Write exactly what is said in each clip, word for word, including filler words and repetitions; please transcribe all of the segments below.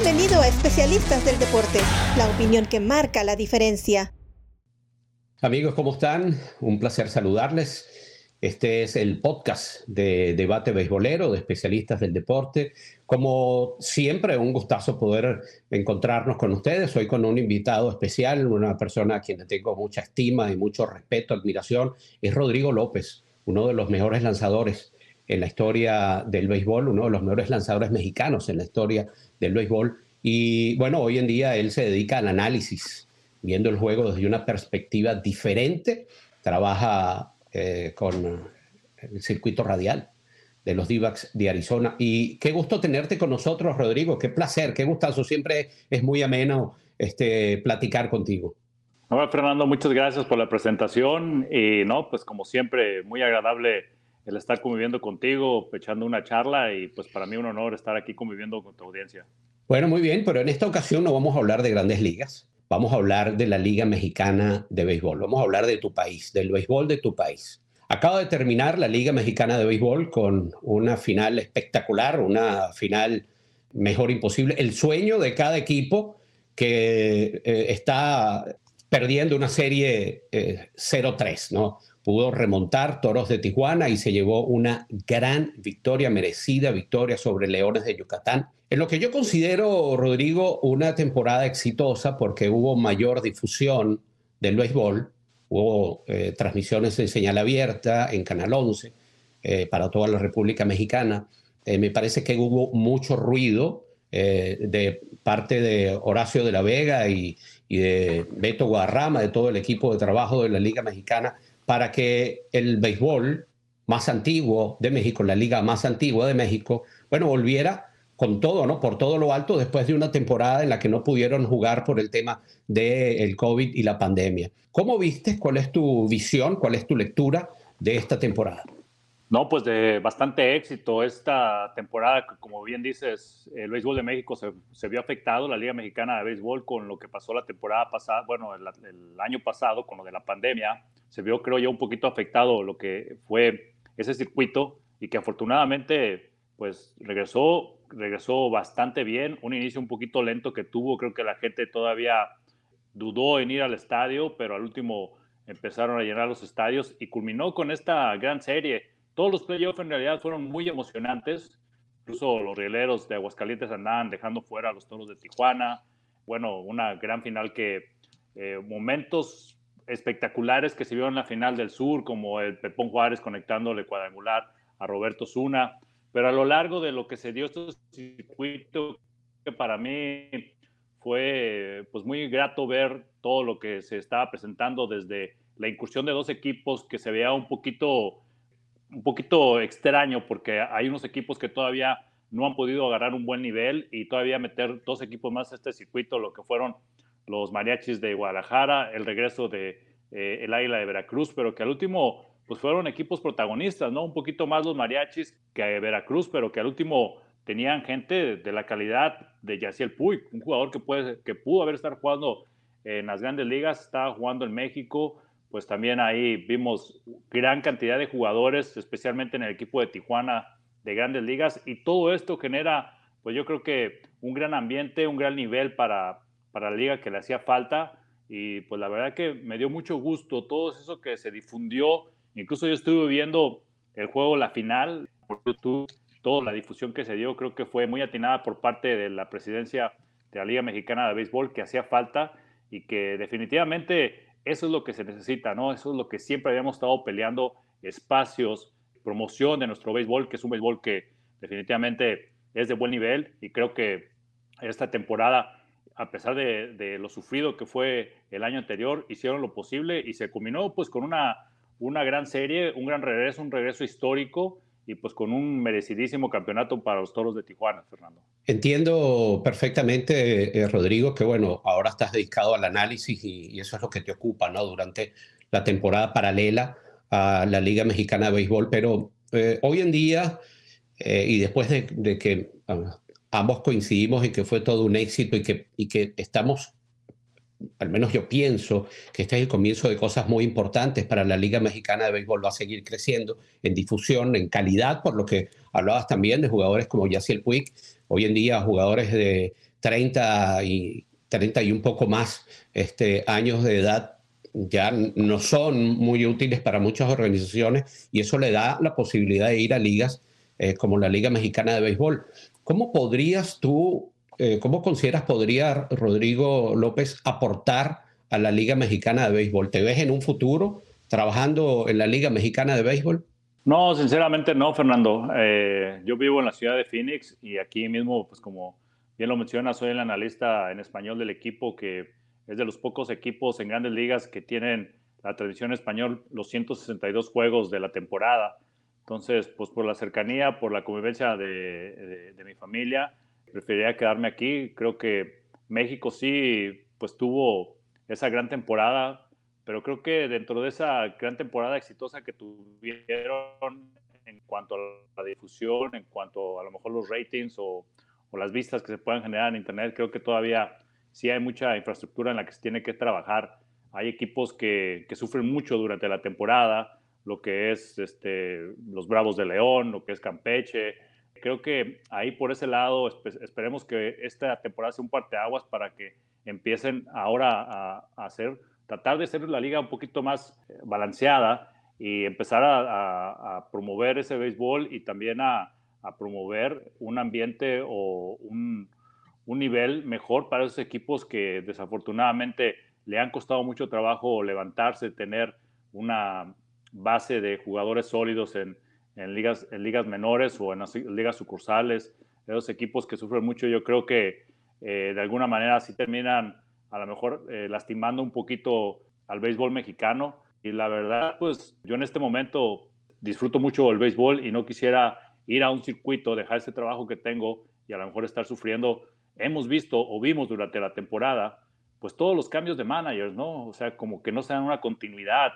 Bienvenido a Especialistas del Deporte, la opinión que marca la diferencia. Amigos, ¿cómo están? Un placer saludarles. Este es el podcast de Debate Beisbolero de Especialistas del Deporte. Como siempre, un gustazo poder encontrarnos con ustedes. Hoy con un invitado especial, una persona a quien le tengo mucha estima y mucho respeto, admiración, es Rodrigo López, uno de los mejores lanzadores en la historia del béisbol, uno de los mejores lanzadores mexicanos en la historia del béisbol. Y bueno, hoy en día él se dedica al análisis, viendo el juego desde una perspectiva diferente. Trabaja eh, con el circuito radial de los D-backs de Arizona. Y qué gusto tenerte con nosotros, Rodrigo. Qué placer, qué gustazo. Siempre es muy ameno este, platicar contigo. Hola, Fernando, muchas gracias por la presentación. Y no, pues como siempre, muy agradable el estar conviviendo contigo, echando una charla, y pues para mí un honor estar aquí conviviendo con tu audiencia. Bueno, muy bien, pero en esta ocasión no vamos a hablar de grandes ligas. Vamos a hablar de la Liga Mexicana de Béisbol. Vamos a hablar de tu país, del béisbol de tu país. Acaba de terminar la Liga Mexicana de Béisbol con una final espectacular, una final mejor imposible. El sueño de cada equipo que eh, está perdiendo una serie eh, cero tres, ¿no? Pudo remontar Toros de Tijuana y se llevó una gran victoria, merecida victoria sobre Leones de Yucatán. En lo que yo considero, Rodrigo, una temporada exitosa porque hubo mayor difusión del béisbol. Hubo eh, transmisiones en señal abierta, en Canal once, eh, para toda la República Mexicana. Eh, me parece que hubo mucho ruido eh, de parte de Horacio de la Vega y, y de Beto Guadarrama, de todo el equipo de trabajo de la Liga Mexicana, para que el béisbol más antiguo de México, la liga más antigua de México, bueno, volviera con todo, ¿no? Por todo lo alto, después de una temporada en la que no pudieron jugar por el tema del COVID y la pandemia. ¿Cómo viste? ¿Cuál es tu visión? ¿Cuál es tu lectura de esta temporada? No, pues de bastante éxito esta temporada. Como bien dices, el béisbol de México se, se vio afectado, la Liga Mexicana de Béisbol, con lo que pasó la temporada pasada, bueno, el, el año pasado, con lo de la pandemia. Se vio, creo yo, un poquito afectado lo que fue ese circuito, y que afortunadamente pues regresó, regresó bastante bien. Un inicio un poquito lento que tuvo, creo que la gente todavía dudó en ir al estadio, pero al último empezaron a llenar los estadios y culminó con esta gran serie. Todos los playoffs en realidad fueron muy emocionantes. Incluso los rieleros de Aguascalientes andaban dejando fuera a los Toros de Tijuana. Bueno, una gran final que eh, momentos espectaculares que se vieron en la final del Sur, como el Pepón Juárez conectándole cuadrangular a Roberto Zuna. Pero a lo largo de lo que se dio este circuito, que para mí fue pues muy grato ver todo lo que se estaba presentando, desde la incursión de dos equipos que se veía un poquito, un poquito extraño, porque hay unos equipos que todavía no han podido agarrar un buen nivel, y todavía meter dos equipos más a este circuito, lo que fueron los Mariachis de Guadalajara, el regreso de eh, el Águila de Veracruz, pero que al último pues fueron equipos protagonistas, ¿no? Un poquito más los Mariachis que Veracruz, pero que al último tenían gente de la calidad de Yasiel Puig, un jugador que, puede, que pudo haber estado jugando en las grandes ligas, estaba jugando en México. Pues también ahí vimos gran cantidad de jugadores, especialmente en el equipo de Tijuana, de grandes ligas, y todo esto genera, pues yo creo que un gran ambiente, un gran nivel para, para la liga que le hacía falta. Y pues la verdad que me dio mucho gusto todo eso que se difundió. Incluso yo estuve viendo el juego, la final, por YouTube. Toda la difusión que se dio creo que fue muy atinada por parte de la presidencia de la Liga Mexicana de Béisbol, que hacía falta, y que definitivamente eso es lo que se necesita, ¿no? Eso es lo que siempre habíamos estado peleando: espacios, promoción de nuestro béisbol, que es un béisbol que definitivamente es de buen nivel. Y creo que esta temporada, a pesar de, de lo sufrido que fue el año anterior, hicieron lo posible y se culminó pues con una, una gran serie, un gran regreso, un regreso histórico, y pues con un merecidísimo campeonato para los Toros de Tijuana, Fernando. Entiendo perfectamente, eh, Rodrigo, que bueno, ahora estás dedicado al análisis y, y eso es lo que te ocupa, ¿no? Durante la temporada paralela a la Liga Mexicana de Béisbol, pero eh, hoy en día, eh, y después de, de que uh, ambos coincidimos en que fue todo un éxito y que, y que estamos, al menos yo pienso, que este es el comienzo de cosas muy importantes para la Liga Mexicana de Béisbol. Va a seguir creciendo en difusión, en calidad, por lo que hablabas también de jugadores como Yasiel Puig. Hoy en día jugadores de, treinta y, treinta y un poco más este, años de edad ya no son muy útiles para muchas organizaciones y eso le da la posibilidad de ir a ligas eh, como la Liga Mexicana de Béisbol. ¿Cómo podrías tú, eh, cómo consideras podría Rodrigo López aportar a la Liga Mexicana de Béisbol? ¿Te ves en un futuro trabajando en la Liga Mexicana de Béisbol? No, sinceramente no, Fernando. Eh, yo vivo en la ciudad de Phoenix y aquí mismo, pues como bien lo menciona, soy el analista en español del equipo que es de los pocos equipos en grandes ligas que tienen la tradición español, los ciento sesenta y dos juegos de la temporada. Entonces, pues por la cercanía, por la convivencia de, de, de mi familia, preferiría quedarme aquí. Creo que México sí, pues tuvo esa gran temporada, pero creo que dentro de esa gran temporada exitosa que tuvieron en cuanto a la difusión, en cuanto a, a lo mejor los ratings o, o las vistas que se puedan generar en Internet, creo que todavía sí hay mucha infraestructura en la que se tiene que trabajar. Hay equipos que, que sufren mucho durante la temporada, lo que es este, los Bravos de León, lo que es Campeche. Creo que ahí por ese lado esperemos que esta temporada sea un parteaguas para que empiecen ahora a, a hacer tratar de hacer la liga un poquito más balanceada y empezar a, a, a promover ese béisbol y también a, a promover un ambiente o un, un nivel mejor para esos equipos que desafortunadamente le han costado mucho trabajo levantarse, tener una base de jugadores sólidos en, en, ligas, en ligas menores o en las ligas sucursales. Esos equipos que sufren mucho, yo creo que eh, de alguna manera sí terminan a lo mejor eh, lastimando un poquito al béisbol mexicano. Y la verdad, pues yo en este momento disfruto mucho el béisbol y no quisiera ir a un circuito, dejar ese trabajo que tengo y a lo mejor estar sufriendo. Hemos visto o vimos durante la temporada, pues todos los cambios de managers, ¿no? O sea, como que no se dan una continuidad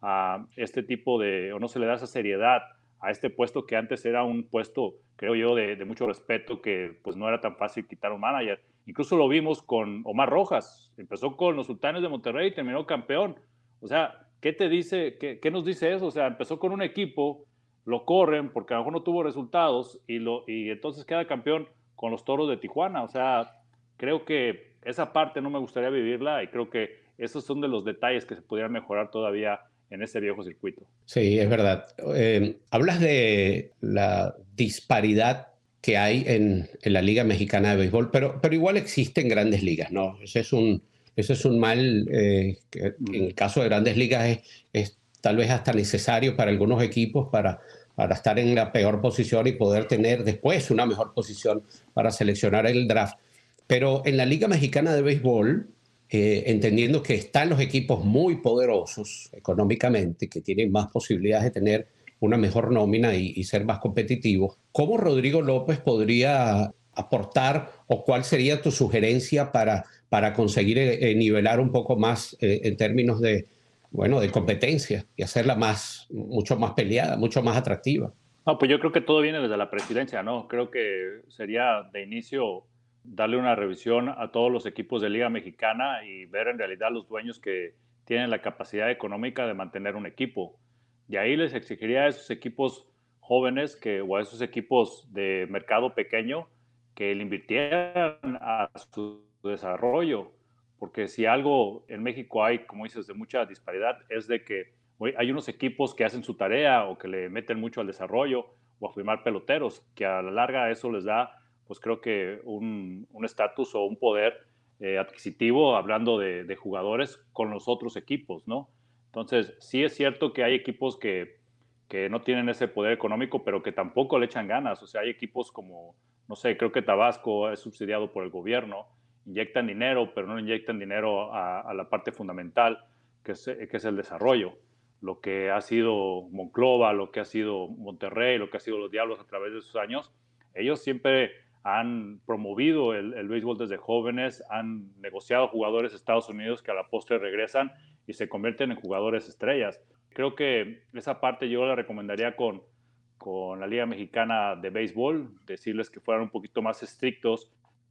a este tipo de, o no se le da esa seriedad a este puesto que antes era un puesto, creo yo, de, de mucho respeto, que pues no era tan fácil quitar un manager. Incluso lo vimos con Omar Rojas. Empezó con los Sultanes de Monterrey y terminó campeón. O sea, ¿qué te dice, qué, qué nos dice eso? O sea, empezó con un equipo, lo corren porque a lo mejor no tuvo resultados y, lo, y entonces queda campeón con los Toros de Tijuana. O sea, creo que esa parte no me gustaría vivirla y creo que esos son de los detalles que se podrían mejorar todavía en este viejo circuito. Sí, es verdad. Eh, hablas de la disparidad que hay en, en la Liga Mexicana de Béisbol, pero, pero igual existen grandes ligas, ¿no? Ese es un, ese es un mal eh, que, que en el caso de grandes ligas es, es tal vez hasta necesario para algunos equipos para, para estar en la peor posición y poder tener después una mejor posición para seleccionar el draft. Pero en la Liga Mexicana de Béisbol, eh, entendiendo que están los equipos muy poderosos económicamente, que tienen más posibilidades de tener una mejor nómina y, y ser más competitivos, ¿cómo Rodrigo López podría aportar o cuál sería tu sugerencia para, para conseguir eh, nivelar un poco más eh, en términos de, bueno, de competencia y hacerla más, mucho más peleada, mucho más atractiva? No, pues yo creo que todo viene desde la presidencia, ¿no? Creo que sería de inicio darle una revisión a todos los equipos de Liga Mexicana y ver en realidad los dueños que tienen la capacidad económica de mantener un equipo. Y ahí les exigiría a esos equipos jóvenes que, o a esos equipos de mercado pequeño que le invirtieran a su desarrollo. Porque si algo en México hay, como dices, de mucha disparidad, es de que hay unos equipos que hacen su tarea o que le meten mucho al desarrollo o a firmar peloteros, que a la larga eso les da, pues creo que un estatus o un poder eh, adquisitivo, hablando de, de jugadores con los otros equipos, ¿no? Entonces, sí es cierto que hay equipos que, que no tienen ese poder económico, pero que tampoco le echan ganas. O sea, hay equipos como, no sé, creo que Tabasco es subsidiado por el gobierno, inyectan dinero, pero no inyectan dinero a, a la parte fundamental, que es, que es el desarrollo. Lo que ha sido Monclova, lo que ha sido Monterrey, lo que ha sido los Diablos a través de sus años, ellos siempre han promovido el, el béisbol desde jóvenes, han negociado jugadores de Estados Unidos que a la postre regresan y se convierten en jugadores estrellas. Creo que esa parte yo la recomendaría con, con la Liga Mexicana de Béisbol, decirles que fueran un poquito más estrictos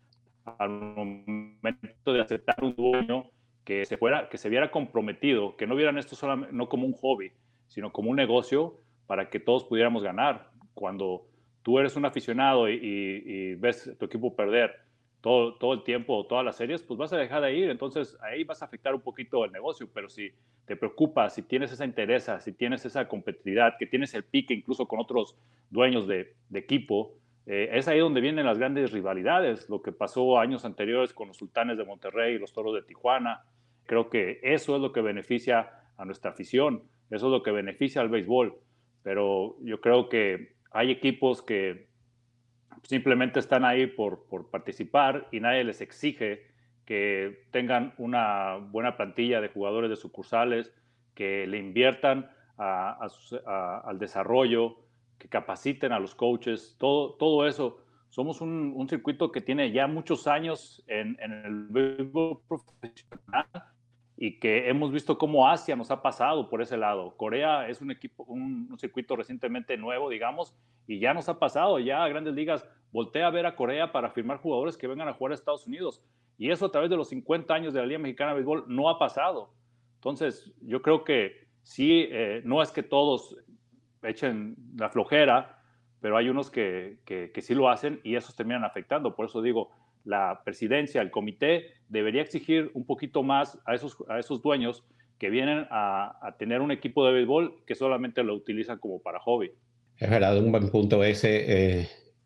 al momento de aceptar un dueño que se, fuera, que se viera comprometido, que no vieran esto solamente, no como un hobby, sino como un negocio para que todos pudiéramos ganar. Cuando tú eres un aficionado y, y, y ves tu equipo perder, todo, todo el tiempo, todas las series, pues vas a dejar de ir. Entonces ahí vas a afectar un poquito el negocio, pero si te preocupas, si tienes esa interés, si tienes esa competitividad, que tienes el pique incluso con otros dueños de, de equipo, eh, es ahí donde vienen las grandes rivalidades, lo que pasó años anteriores con los Sultanes de Monterrey y los Toros de Tijuana. Creo que eso es lo que beneficia a nuestra afición, eso es lo que beneficia al béisbol, pero yo creo que hay equipos que simplemente están ahí por, por participar y nadie les exige que tengan una buena plantilla de jugadores de sucursales, que le inviertan a, a, a, al desarrollo, que capaciten a los coaches, todo, todo eso. Somos un, un circuito que tiene ya muchos años en, en el béisbol profesional y que hemos visto cómo Asia nos ha pasado por ese lado. Corea es un equipo, un, un circuito recientemente nuevo, digamos, y ya nos ha pasado, ya a Grandes Ligas voltea a ver a Corea para firmar jugadores que vengan a jugar a Estados Unidos. Y eso a través de los cincuenta años de la Liga Mexicana de Béisbol no ha pasado. Entonces, yo creo que sí, eh, no es que todos echen la flojera, pero hay unos que, que, que sí lo hacen y esos terminan afectando. Por eso digo, la presidencia, el comité, debería exigir un poquito más a esos, a esos dueños que vienen a, a tener un equipo de béisbol que solamente lo utilizan como para hobby. Es verdad, un buen punto ese, eh,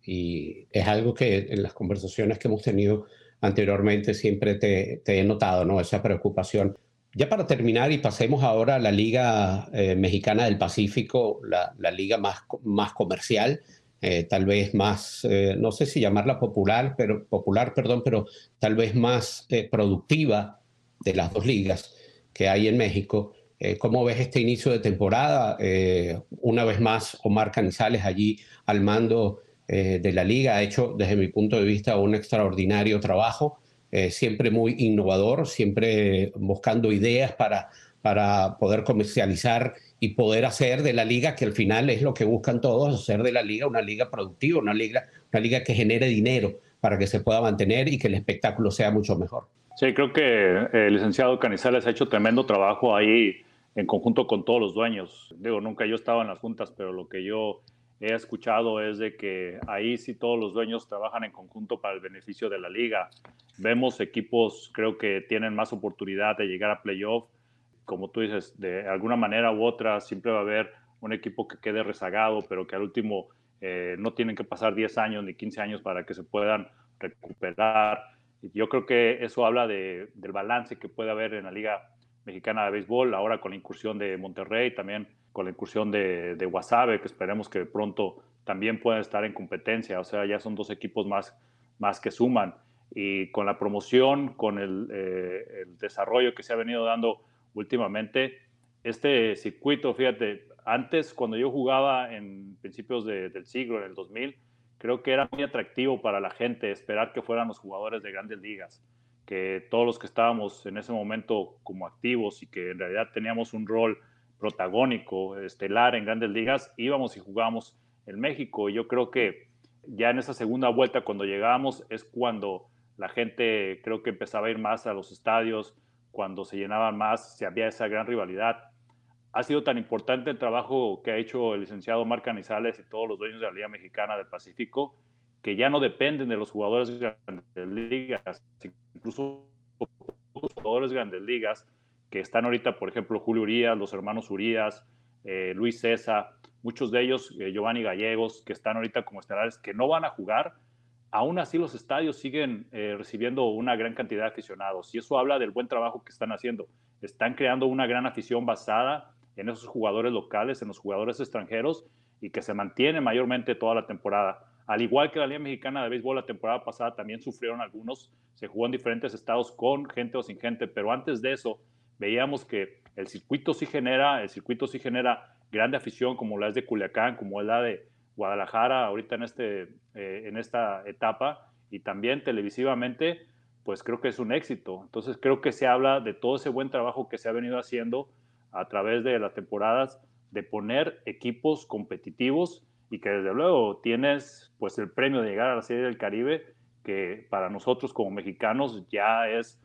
y es algo que en las conversaciones que hemos tenido anteriormente siempre te, te he notado, ¿no? Esa preocupación. Ya para terminar y pasemos ahora a la Liga eh, Mexicana del Pacífico, la, la liga más, más comercial, eh, tal vez más, eh, no sé si llamarla popular, pero, popular, perdón, pero tal vez más eh, productiva de las dos ligas que hay en México. Eh, ¿Cómo ves este inicio de temporada? Eh, una vez más, Omar Canizales allí al mando eh, de la liga ha hecho, desde mi punto de vista, un extraordinario trabajo, eh, siempre muy innovador, siempre buscando ideas para, para poder comercializar y poder hacer de la liga, que al final es lo que buscan todos, hacer de la liga una liga productiva, una liga, una liga que genere dinero para que se pueda mantener y que el espectáculo sea mucho mejor. Sí, creo que el licenciado Canizales ha hecho tremendo trabajo ahí en conjunto con todos los dueños. Digo, nunca yo estaba en las juntas, pero lo que yo he escuchado es de que ahí sí todos los dueños trabajan en conjunto para el beneficio de la liga. Vemos equipos, creo que tienen más oportunidad de llegar a playoff. Como tú dices, de alguna manera u otra siempre va a haber un equipo que quede rezagado, pero que al último eh, no tienen que pasar diez años ni quince años para que se puedan recuperar. Yo creo que eso habla de, del balance que puede haber en la Liga Mexicana de Béisbol, ahora con la incursión de Monterrey, también con la incursión de, de Guasave, que esperemos que pronto también puedan estar en competencia. O sea, ya son dos equipos más, más que suman. Y con la promoción, con el, eh, el desarrollo que se ha venido dando últimamente, este circuito, fíjate, antes cuando yo jugaba en principios de, del siglo, en el dos mil, creo que era muy atractivo para la gente esperar que fueran los jugadores de grandes ligas, que todos los que estábamos en ese momento como activos y que en realidad teníamos un rol protagónico, estelar en grandes ligas, íbamos y jugábamos en México. Y yo creo que ya en esa segunda vuelta, cuando llegábamos, es cuando la gente creo que empezaba a ir más a los estadios, cuando se llenaban más, se había esa gran rivalidad. Ha sido tan importante el trabajo que ha hecho el licenciado Omar Canizales y todos los dueños de la Liga Mexicana del Pacífico, que ya no dependen de los jugadores de grandes ligas, incluso los jugadores de grandes ligas que están ahorita, por ejemplo, Julio Urías, los hermanos Urías, eh, Luis César, muchos de ellos, eh, Giovanni Gallegos, que están ahorita como estelares, que no van a jugar. Aún así los estadios siguen eh, recibiendo una gran cantidad de aficionados y eso habla del buen trabajo que están haciendo. Están creando una gran afición basada en esos jugadores locales, en los jugadores extranjeros y que se mantiene mayormente toda la temporada. Al igual que la Liga Mexicana de Béisbol, la temporada pasada también sufrieron algunos, se jugó en diferentes estados con gente o sin gente, pero antes de eso veíamos que el circuito sí genera, el circuito sí genera grande afición como la es de Culiacán, como es la de Guadalajara ahorita en, este, eh, en esta etapa y también televisivamente, pues creo que es un éxito. Entonces creo que se habla de todo ese buen trabajo que se ha venido haciendo a través de las temporadas de poner equipos competitivos y que desde luego tienes pues el premio de llegar a la Serie del Caribe, que para nosotros como mexicanos ya es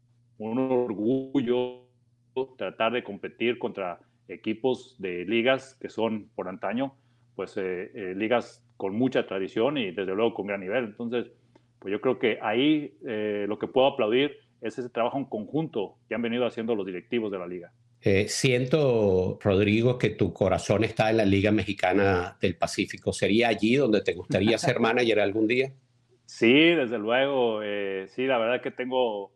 un orgullo tratar de competir contra equipos de ligas que son por antaño pues eh, eh, ligas con mucha tradición y desde luego con gran nivel. Entonces pues yo creo que ahí eh, lo que puedo aplaudir es ese trabajo en conjunto que han venido haciendo los directivos de la liga. Eh, siento, Rodrigo, que tu corazón está en la Liga Mexicana del Pacífico. ¿Sería allí donde te gustaría ser manager algún día? Sí, desde luego. Eh, sí, la verdad que tengo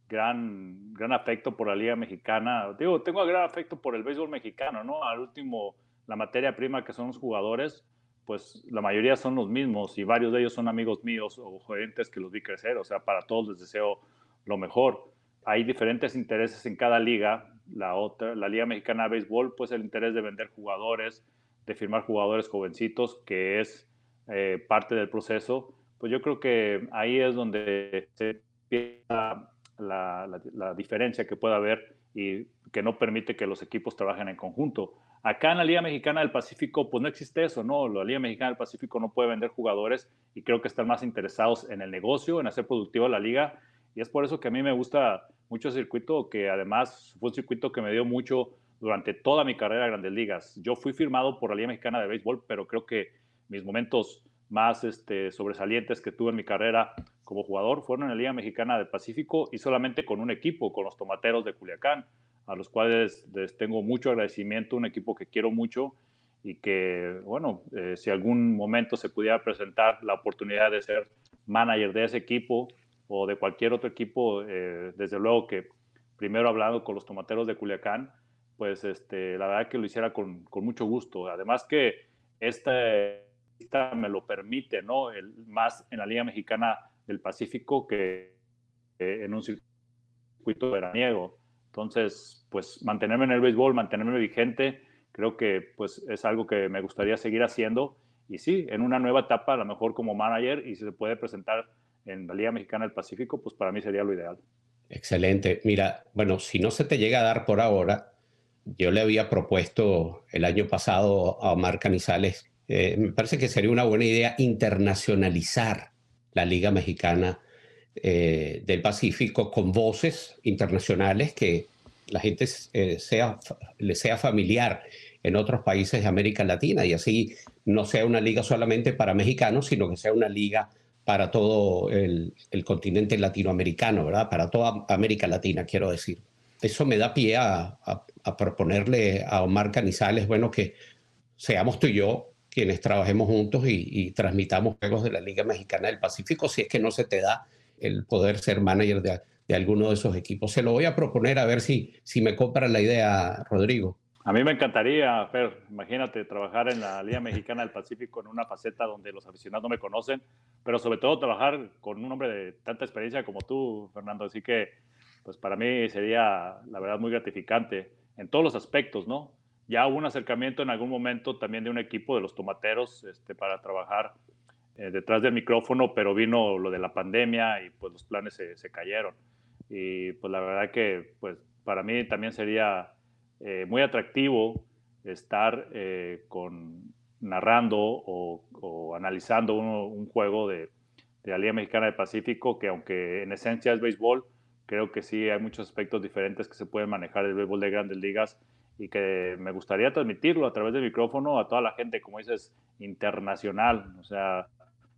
gran, gran afecto por la Liga Mexicana. Digo, tengo gran afecto por el béisbol mexicano, ¿no? Al último, la materia prima que son los jugadores, pues la mayoría son los mismos y varios de ellos son amigos míos o gerentes que los vi crecer. O sea, para todos les deseo lo mejor. Hay diferentes intereses en cada liga. La otra, la Liga Mexicana de Béisbol, pues el interés de vender jugadores, de firmar jugadores jovencitos, que es eh, parte del proceso. Pues yo creo que ahí es donde se empieza la, la, la diferencia que puede haber y que no permite que los equipos trabajen en conjunto. Acá en la Liga Mexicana del Pacífico, pues no existe eso, ¿no? La Liga Mexicana del Pacífico no puede vender jugadores y creo que están más interesados en el negocio, en hacer productiva la liga, y es por eso que a mí me gusta mucho el circuito, que además fue un circuito que me dio mucho durante toda mi carrera en Grandes Ligas. Yo fui firmado por la Liga Mexicana de Béisbol, pero creo que mis momentos más este, sobresalientes que tuve en mi carrera como jugador fueron en la Liga Mexicana del Pacífico y solamente con un equipo, con los Tomateros de Culiacán, a los cuales les tengo mucho agradecimiento, un equipo que quiero mucho y que, bueno, eh, si algún momento se pudiera presentar la oportunidad de ser manager de ese equipo o de cualquier otro equipo, eh, desde luego que primero hablando con los Tomateros de Culiacán, pues este, la verdad que lo hiciera con, con mucho gusto. Además que este me lo permite, ¿no? El, más en la Liga Mexicana del Pacífico que eh, en un circuito veraniego. Entonces, pues mantenerme en el béisbol, mantenerme vigente, creo que pues es algo que me gustaría seguir haciendo. Y sí, en una nueva etapa, a lo mejor como manager, y si se puede presentar en la Liga Mexicana del Pacífico, pues para mí sería lo ideal. Excelente. Mira, bueno, si no se te llega a dar por ahora, yo le había propuesto el año pasado a Omar Canizales, eh, me parece que sería una buena idea internacionalizar la Liga Mexicana eh, del Pacífico con voces internacionales que la gente eh, sea, le sea familiar en otros países de América Latina y así no sea una liga solamente para mexicanos, sino que sea una liga para todo el, el continente latinoamericano, ¿verdad? Para toda América Latina, quiero decir. Eso me da pie a, a, a proponerle a Omar Canizales, bueno, que seamos tú y yo quienes trabajemos juntos y, y transmitamos juegos de la Liga Mexicana del Pacífico, si es que no se te da el poder ser manager de, de alguno de esos equipos. Se lo voy a proponer a ver si, si me compra la idea, Rodrigo. A mí me encantaría, Fer, imagínate trabajar en la Liga Mexicana del Pacífico en una faceta donde los aficionados no me conocen, pero sobre todo trabajar con un hombre de tanta experiencia como tú, Fernando. Así que, pues para mí sería, la verdad, muy gratificante en todos los aspectos, ¿no? Ya hubo un acercamiento en algún momento también de un equipo de los Tomateros este, para trabajar eh, detrás del micrófono, pero vino lo de la pandemia y pues los planes se, se cayeron. Y pues la verdad que pues para mí también sería eh, muy atractivo estar eh, con, narrando o, o analizando uno, un juego de, de la Liga Mexicana del Pacífico, que aunque en esencia es béisbol, creo que sí hay muchos aspectos diferentes que se pueden manejar del béisbol de Grandes Ligas y que me gustaría transmitirlo a través del micrófono a toda la gente, como dices, internacional, o sea,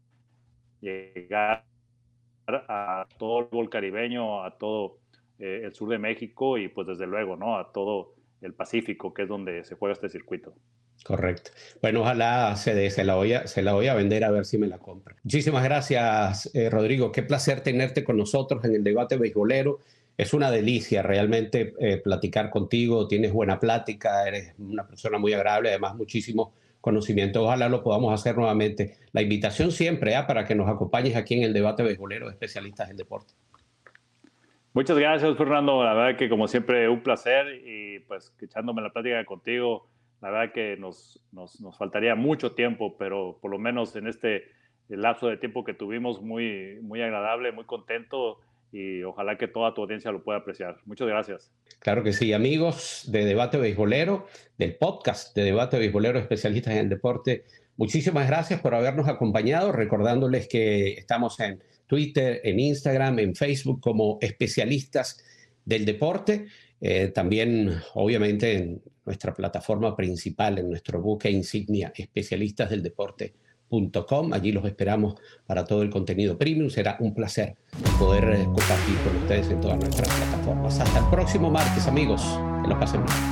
llegar a todo el béisbol caribeño, a todo eh, el sur de México y pues desde luego, ¿no? A todo el Pacífico, que es donde se juega este circuito. Correcto. Bueno, ojalá se dé, se la voy a, se la voy a vender a ver si me la compra. Muchísimas gracias, eh, Rodrigo. Qué placer tenerte con nosotros en el debate beisbolero. Es una delicia realmente eh, platicar contigo. Tienes buena plática, eres una persona muy agradable, además muchísimo conocimiento. Ojalá lo podamos hacer nuevamente. La invitación siempre ¿eh? para que nos acompañes aquí en el debate beisbolero de especialistas en deporte. Muchas gracias, Fernando. La verdad que como siempre un placer y pues echándome la plática contigo. La verdad que nos, nos, nos faltaría mucho tiempo, pero por lo menos en este lapso de tiempo que tuvimos, muy, muy agradable, muy contento y ojalá que toda tu audiencia lo pueda apreciar. Muchas gracias. Claro que sí, amigos de Debate Beisbolero, del podcast de Debate Beisbolero, especialistas en el deporte. Muchísimas gracias por habernos acompañado, recordándoles que estamos en Twitter, en Instagram, en Facebook como especialistas del deporte. Eh, también, obviamente, en nuestra plataforma principal, en nuestro buque insignia, especialistas del deporte punto com. Allí los esperamos para todo el contenido premium. Será un placer poder eh, compartir con ustedes en todas nuestras plataformas. Hasta el próximo martes, amigos. Que lo pasen bien.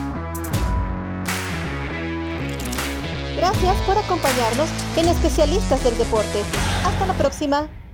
Gracias por acompañarnos en Especialistas del Deporte. Hasta la próxima.